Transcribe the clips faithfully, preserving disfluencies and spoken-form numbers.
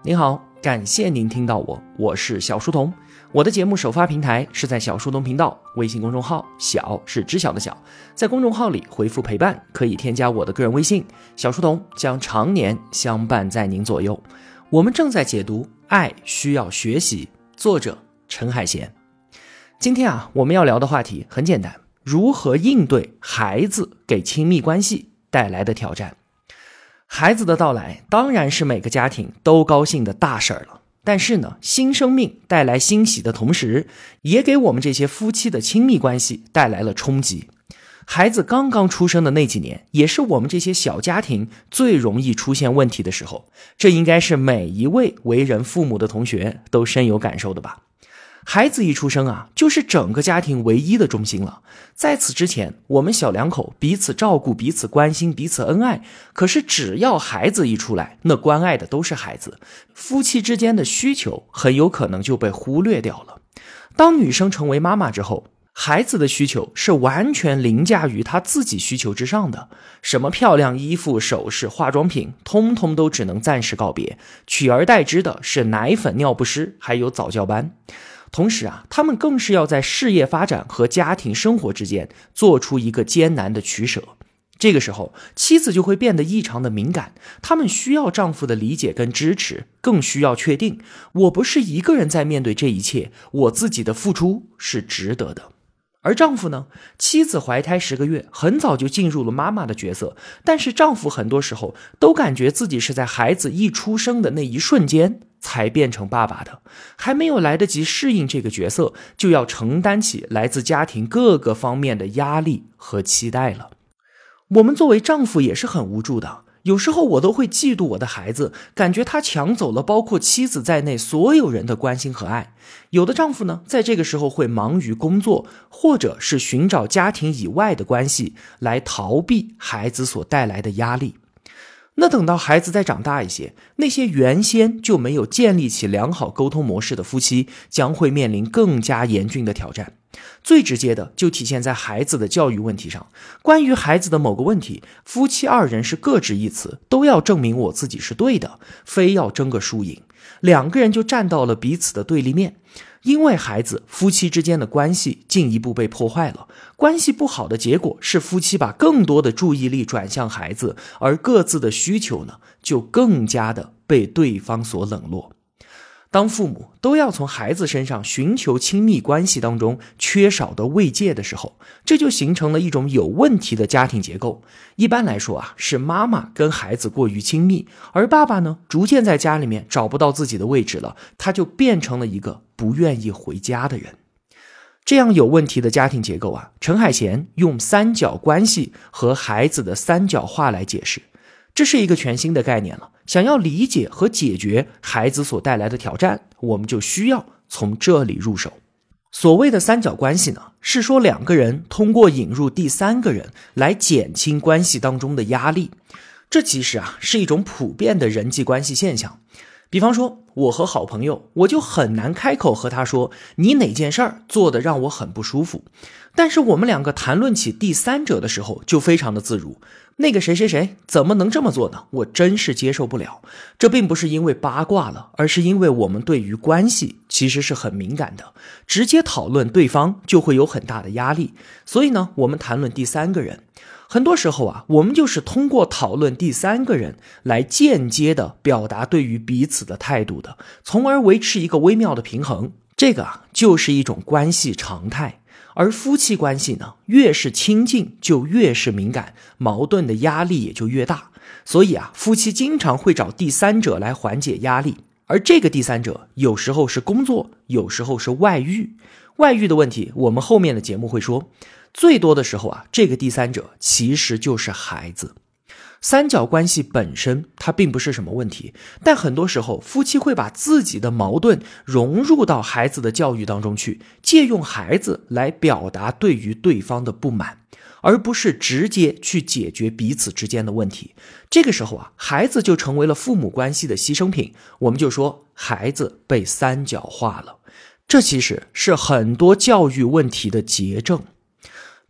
您好，感谢您听到我，我是小书童。我的节目首发平台是在小书童频道微信公众号，小是知晓的小，在公众号里回复陪伴，可以添加我的个人微信，小书童将常年相伴在您左右。我们正在解读《爱需要学习》，作者陈海贤。今天啊，我们要聊的话题很简单，如何应对孩子给亲密关系带来的挑战。孩子的到来当然是每个家庭都高兴的大事儿了，但是呢，新生命带来欣喜的同时，也给我们这些夫妻的亲密关系带来了冲击。孩子刚刚出生的那几年，也是我们这些小家庭最容易出现问题的时候，这应该是每一位为人父母的同学都深有感受的吧。孩子一出生啊，就是整个家庭唯一的中心了。在此之前，我们小两口彼此照顾、彼此关心、彼此恩爱。可是只要孩子一出来，那关爱的都是孩子，夫妻之间的需求很有可能就被忽略掉了。当女生成为妈妈之后，孩子的需求是完全凌驾于她自己需求之上的，什么漂亮衣服、首饰、化妆品，通通都只能暂时告别，取而代之的是奶粉、尿不湿，还有早教班。同时啊，他们更是要在事业发展和家庭生活之间做出一个艰难的取舍。这个时候，妻子就会变得异常的敏感，他们需要丈夫的理解跟支持，更需要确定，我不是一个人在面对这一切，我自己的付出是值得的。而丈夫呢，妻子怀胎十个月，很早就进入了妈妈的角色，但是丈夫很多时候都感觉自己是在孩子一出生的那一瞬间才变成爸爸的，还没有来得及适应这个角色，就要承担起来自家庭各个方面的压力和期待了。我们作为丈夫也是很无助的，有时候我都会嫉妒我的孩子，感觉他抢走了包括妻子在内所有人的关心和爱。有的丈夫呢，在这个时候会忙于工作，或者是寻找家庭以外的关系来逃避孩子所带来的压力。那等到孩子再长大一些，那些原先就没有建立起良好沟通模式的夫妻，将会面临更加严峻的挑战。最直接的就体现在孩子的教育问题上。关于孩子的某个问题，夫妻二人是各执一词，都要证明我自己是对的，非要争个输赢。两个人就站到了彼此的对立面。因为孩子，夫妻之间的关系进一步被破坏了。关系不好的结果是夫妻把更多的注意力转向孩子，而各自的需求呢，就更加的被对方所冷落。当父母都要从孩子身上寻求亲密关系当中缺少的慰藉的时候，这就形成了一种有问题的家庭结构。一般来说啊，是妈妈跟孩子过于亲密，而爸爸呢，逐渐在家里面找不到自己的位置了，他就变成了一个不愿意回家的人。这样有问题的家庭结构啊，陈海贤用三角关系和孩子的三角化来解释。这是一个全新的概念了，想要理解和解决孩子所带来的挑战，我们就需要从这里入手。所谓的三角关系呢，是说两个人通过引入第三个人来减轻关系当中的压力。这其实啊是一种普遍的人际关系现象。比方说，我和好朋友，我就很难开口和他说，你哪件事儿做得让我很不舒服。但是我们两个谈论起第三者的时候，就非常的自如。那个谁谁谁怎么能这么做呢？我真是接受不了。这并不是因为八卦了，而是因为我们对于关系其实是很敏感的，直接讨论对方就会有很大的压力。所以呢，我们谈论第三个人。很多时候啊，我们就是通过讨论第三个人来间接的表达对于彼此的态度的，从而维持一个微妙的平衡。这个啊，就是一种关系常态。而夫妻关系呢，越是亲近就越是敏感，矛盾的压力也就越大。所以啊，夫妻经常会找第三者来缓解压力，而这个第三者有时候是工作，有时候是外遇。外遇的问题我们后面的节目会说，最多的时候啊，这个第三者其实就是孩子。三角关系本身它并不是什么问题，但很多时候夫妻会把自己的矛盾融入到孩子的教育当中去，借用孩子来表达对于对方的不满，而不是直接去解决彼此之间的问题。这个时候啊，孩子就成为了父母关系的牺牲品，我们就说孩子被三角化了。这其实是很多教育问题的结症。比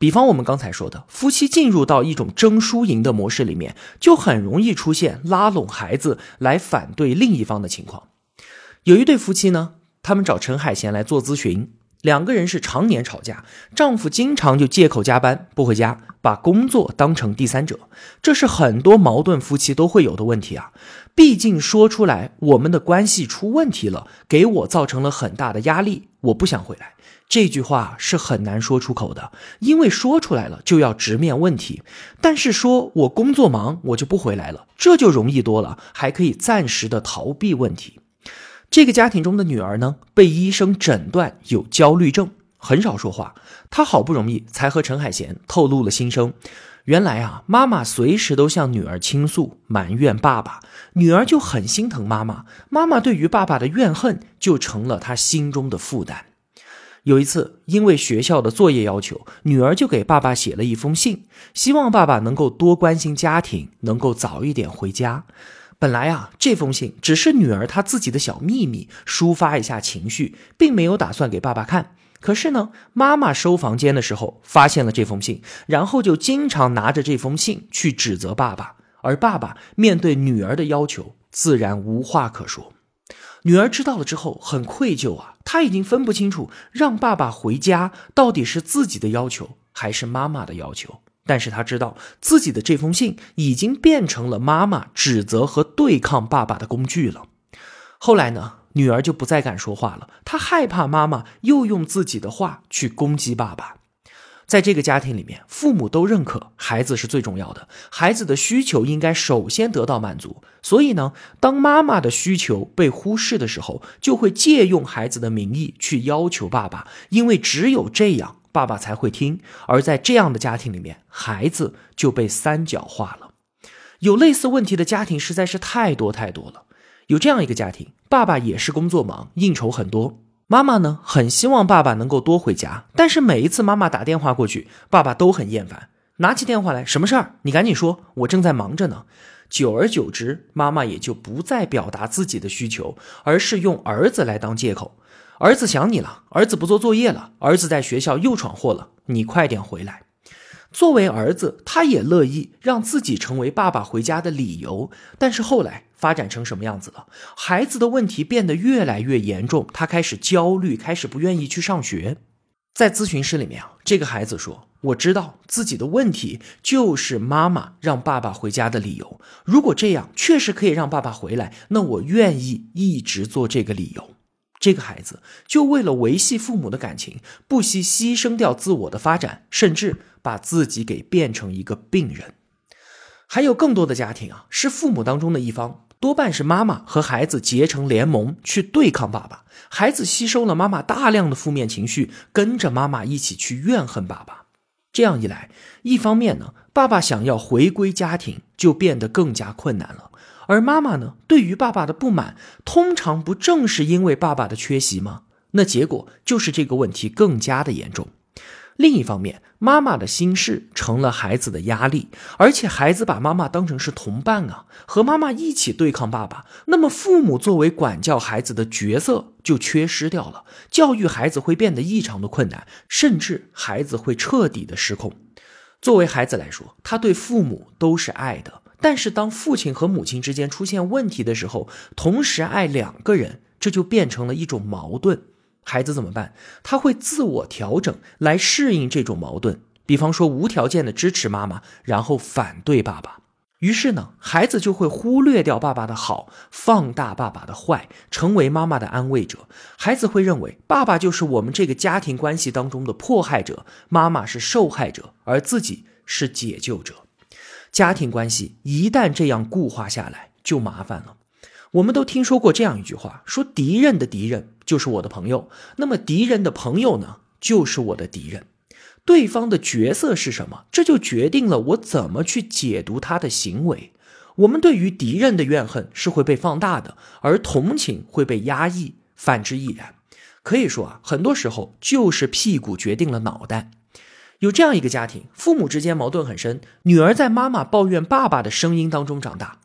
比方我们刚才说的，夫妻进入到一种争输赢的模式里面，就很容易出现拉拢孩子来反对另一方的情况。有一对夫妻呢，他们找陈海贤来做咨询，两个人是常年吵架，丈夫经常就借口加班不回家，把工作当成第三者，这是很多矛盾夫妻都会有的问题啊。毕竟说出来我们的关系出问题了，给我造成了很大的压力，我不想回来，这句话是很难说出口的，因为说出来了就要直面问题。但是说我工作忙我就不回来了，这就容易多了，还可以暂时的逃避问题。这个家庭中的女儿呢，被医生诊断有焦虑症，很少说话。她好不容易才和陈海贤透露了心声。原来啊，妈妈随时都向女儿倾诉，埋怨爸爸，女儿就很心疼妈妈，妈妈对于爸爸的怨恨就成了她心中的负担。有一次，因为学校的作业要求，女儿就给爸爸写了一封信，希望爸爸能够多关心家庭，能够早一点回家。本来啊，这封信只是女儿她自己的小秘密，抒发一下情绪，并没有打算给爸爸看。可是呢，妈妈收房间的时候发现了这封信，然后就经常拿着这封信去指责爸爸，而爸爸面对女儿的要求，自然无话可说。女儿知道了之后很愧疚啊，她已经分不清楚让爸爸回家到底是自己的要求还是妈妈的要求。但是他知道自己的这封信已经变成了妈妈指责和对抗爸爸的工具了。后来呢，女儿就不再敢说话了，她害怕妈妈又用自己的话去攻击爸爸。在这个家庭里面，父母都认可孩子是最重要的，孩子的需求应该首先得到满足。所以呢，当妈妈的需求被忽视的时候，就会借用孩子的名义去要求爸爸，因为只有这样爸爸才会听。而在这样的家庭里面，孩子就被三角化了。有类似问题的家庭实在是太多太多了。有这样一个家庭，爸爸也是工作忙，应酬很多，妈妈呢很希望爸爸能够多回家，但是每一次妈妈打电话过去，爸爸都很厌烦，拿起电话来，什么事儿？你赶紧说，我正在忙着呢。久而久之，妈妈也就不再表达自己的需求，而是用儿子来当借口。儿子想你了，儿子不做作业了，儿子在学校又闯祸了，你快点回来。作为儿子，他也乐意让自己成为爸爸回家的理由，但是后来发展成什么样子了？孩子的问题变得越来越严重，他开始焦虑，开始不愿意去上学。在咨询室里面啊，这个孩子说，我知道自己的问题就是妈妈让爸爸回家的理由，如果这样确实可以让爸爸回来，那我愿意一直做这个理由。这个孩子就为了维系父母的感情，不惜牺牲掉自我的发展，甚至把自己给变成一个病人。还有更多的家庭啊，是父母当中的一方，多半是妈妈和孩子结成联盟去对抗爸爸，孩子吸收了妈妈大量的负面情绪，跟着妈妈一起去怨恨爸爸。这样一来，一方面呢，爸爸想要回归家庭就变得更加困难了，而妈妈呢，对于爸爸的不满，通常不正是因为爸爸的缺席吗？那结果就是这个问题更加的严重。另一方面，妈妈的心事成了孩子的压力，而且孩子把妈妈当成是同伴啊，和妈妈一起对抗爸爸，那么父母作为管教孩子的角色就缺失掉了，教育孩子会变得异常的困难，甚至孩子会彻底的失控。作为孩子来说，他对父母都是爱的，但是当父亲和母亲之间出现问题的时候，同时爱两个人，这就变成了一种矛盾。孩子怎么办？他会自我调整来适应这种矛盾，比方说无条件的支持妈妈，然后反对爸爸。于是呢，孩子就会忽略掉爸爸的好，放大爸爸的坏，成为妈妈的安慰者。孩子会认为爸爸就是我们这个家庭关系当中的迫害者，妈妈是受害者，而自己是解救者。家庭关系一旦这样固化下来，就麻烦了。我们都听说过这样一句话，说敌人的敌人就是我的朋友，那么敌人的朋友呢，就是我的敌人。对方的角色是什么，这就决定了我怎么去解读他的行为。我们对于敌人的怨恨是会被放大的，而同情会被压抑，反之亦然。可以说啊，很多时候就是屁股决定了脑袋。有这样一个家庭，父母之间矛盾很深，女儿在妈妈抱怨爸爸的声音当中长大，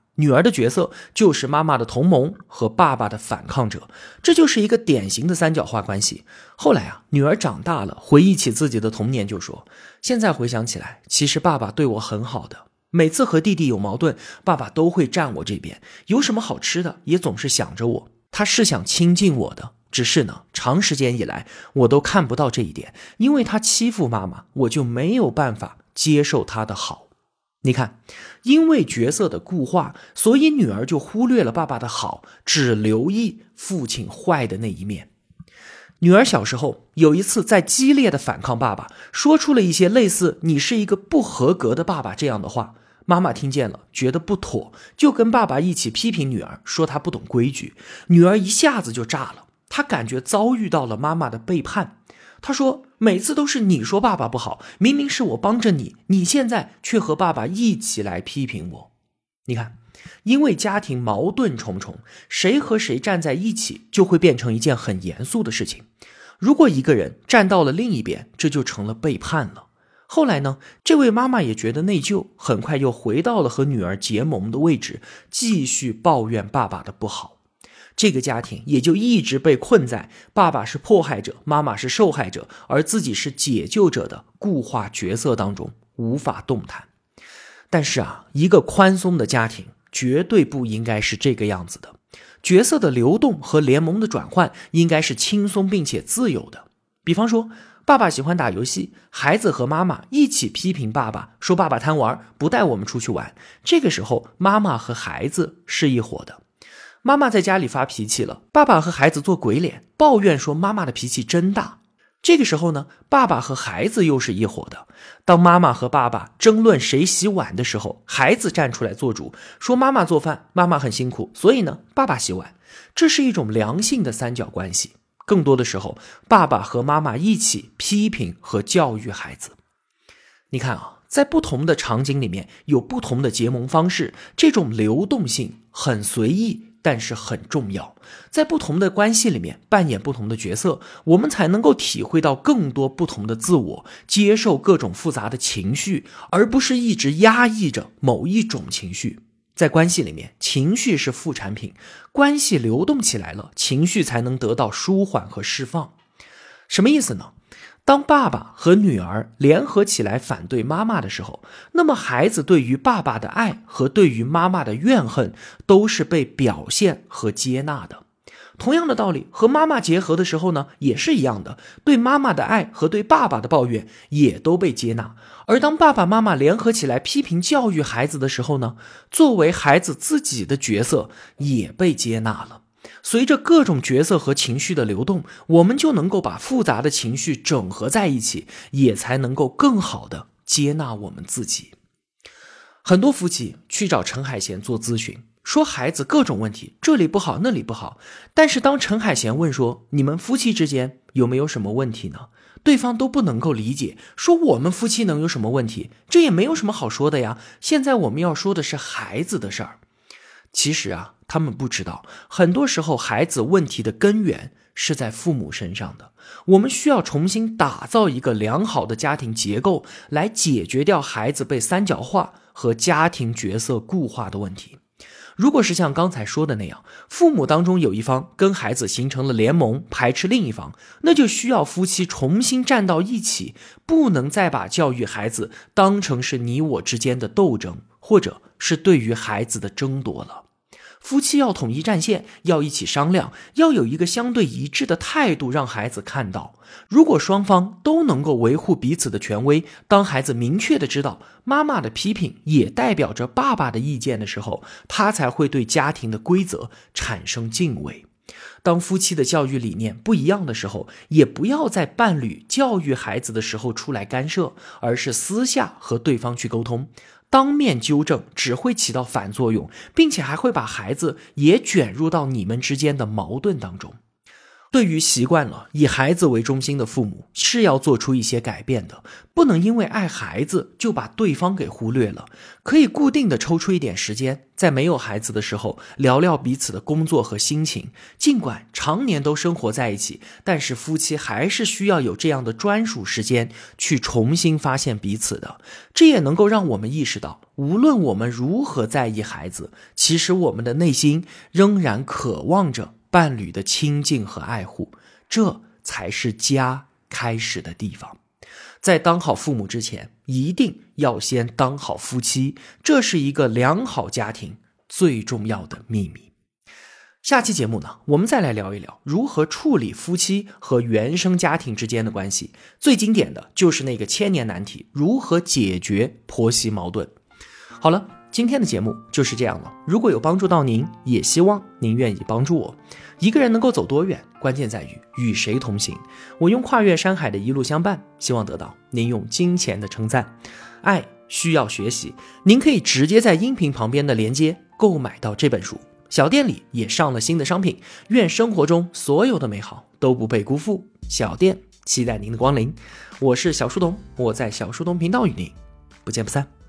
女儿的角色就是妈妈的同盟和爸爸的反抗者，这就是一个典型的三角化关系。后来啊，女儿长大了，回忆起自己的童年就说，现在回想起来，其实爸爸对我很好的，每次和弟弟有矛盾，爸爸都会站我这边，有什么好吃的也总是想着我，他是想亲近我的，只是呢，长时间以来我都看不到这一点，因为他欺负妈妈，我就没有办法接受他的好。你看，因为角色的固化，所以女儿就忽略了爸爸的好，只留意父亲坏的那一面。女儿小时候有一次在激烈的反抗爸爸，说出了一些类似你是一个不合格的爸爸这样的话，妈妈听见了觉得不妥，就跟爸爸一起批评女儿，说她不懂规矩。女儿一下子就炸了，她感觉遭遇到了妈妈的背叛。她说，每次都是你说爸爸不好，明明是我帮着你，你现在却和爸爸一起来批评我。你看，因为家庭矛盾重重，谁和谁站在一起就会变成一件很严肃的事情。如果一个人站到了另一边，这就成了背叛了。后来呢，这位妈妈也觉得内疚，很快又回到了和女儿结盟的位置，继续抱怨爸爸的不好。这个家庭也就一直被困在爸爸是迫害者，妈妈是受害者，而自己是解救者的固化角色当中，无法动弹。但是啊，一个宽松的家庭绝对不应该是这个样子的，角色的流动和联盟的转换应该是轻松并且自由的。比方说，爸爸喜欢打游戏，孩子和妈妈一起批评爸爸，说爸爸贪玩，不带我们出去玩。这个时候，妈妈和孩子是一伙的。妈妈在家里发脾气了，爸爸和孩子做鬼脸，抱怨说妈妈的脾气真大。这个时候呢，爸爸和孩子又是一伙的。当妈妈和爸爸争论谁洗碗的时候，孩子站出来做主，说妈妈做饭，妈妈很辛苦，所以呢，爸爸洗碗。这是一种良性的三角关系。更多的时候，爸爸和妈妈一起批评和教育孩子。你看啊，在不同的场景里面有不同的结盟方式，这种流动性很随意，但是很重要。在不同的关系里面扮演不同的角色，我们才能够体会到更多不同的自我，接受各种复杂的情绪，而不是一直压抑着某一种情绪。在关系里面，情绪是副产品，关系流动起来了，情绪才能得到舒缓和释放。什么意思呢？当爸爸和女儿联合起来反对妈妈的时候，那么孩子对于爸爸的爱和对于妈妈的怨恨都是被表现和接纳的。同样的道理，和妈妈结合的时候呢，也是一样的，对妈妈的爱和对爸爸的抱怨也都被接纳。而当爸爸妈妈联合起来批评教育孩子的时候呢，作为孩子自己的角色也被接纳了。随着各种角色和情绪的流动，我们就能够把复杂的情绪整合在一起，也才能够更好的接纳我们自己。很多夫妻去找陈海贤做咨询，说孩子各种问题，这里不好那里不好，但是当陈海贤问说你们夫妻之间有没有什么问题呢？对方都不能够理解，说我们夫妻能有什么问题？这也没有什么好说的呀，现在我们要说的是孩子的事儿。其实啊，他们不知道，很多时候孩子问题的根源是在父母身上的。我们需要重新打造一个良好的家庭结构，来解决掉孩子被三角化和家庭角色固化的问题。如果是像刚才说的那样，父母当中有一方跟孩子形成了联盟，排斥另一方，那就需要夫妻重新站到一起，不能再把教育孩子当成是你我之间的斗争，或者是对于孩子的争夺了。夫妻要统一战线，要一起商量，要有一个相对一致的态度让孩子看到。如果双方都能够维护彼此的权威，当孩子明确的知道妈妈的批评也代表着爸爸的意见的时候，他才会对家庭的规则产生敬畏。当夫妻的教育理念不一样的时候，也不要在伴侣教育孩子的时候出来干涉，而是私下和对方去沟通。当面纠正只会起到反作用，并且还会把孩子也卷入到你们之间的矛盾当中。 对于习惯了以孩子为中心的父母，是要做出一些改变的，不能因为爱孩子就把对方给忽略了。可以固定的抽出一点时间，在没有孩子的时候聊聊彼此的工作和心情。尽管常年都生活在一起，但是夫妻还是需要有这样的专属时间去重新发现彼此的。这也能够让我们意识到，无论我们如何在意孩子，其实我们的内心仍然渴望着伴侣的亲近和爱护，这才是家开始的地方。在当好父母之前，一定要先当好夫妻，这是一个良好家庭最重要的秘密。下期节目呢，我们再来聊一聊如何处理夫妻和原生家庭之间的关系。最经典的就是那个千年难题，如何解决婆媳矛盾。好了，今天的节目就是这样了。如果有帮助到您，也希望您愿意帮助我。一个人能够走多远，关键在于与谁同行。我用跨越山海的一路相伴，希望得到您用金钱的称赞。爱需要学习，您可以直接在音频旁边的连接购买到这本书。小店里也上了新的商品，愿生活中所有的美好都不被辜负。小店期待您的光临。我是小书童，我在小书童频道与您不见不散。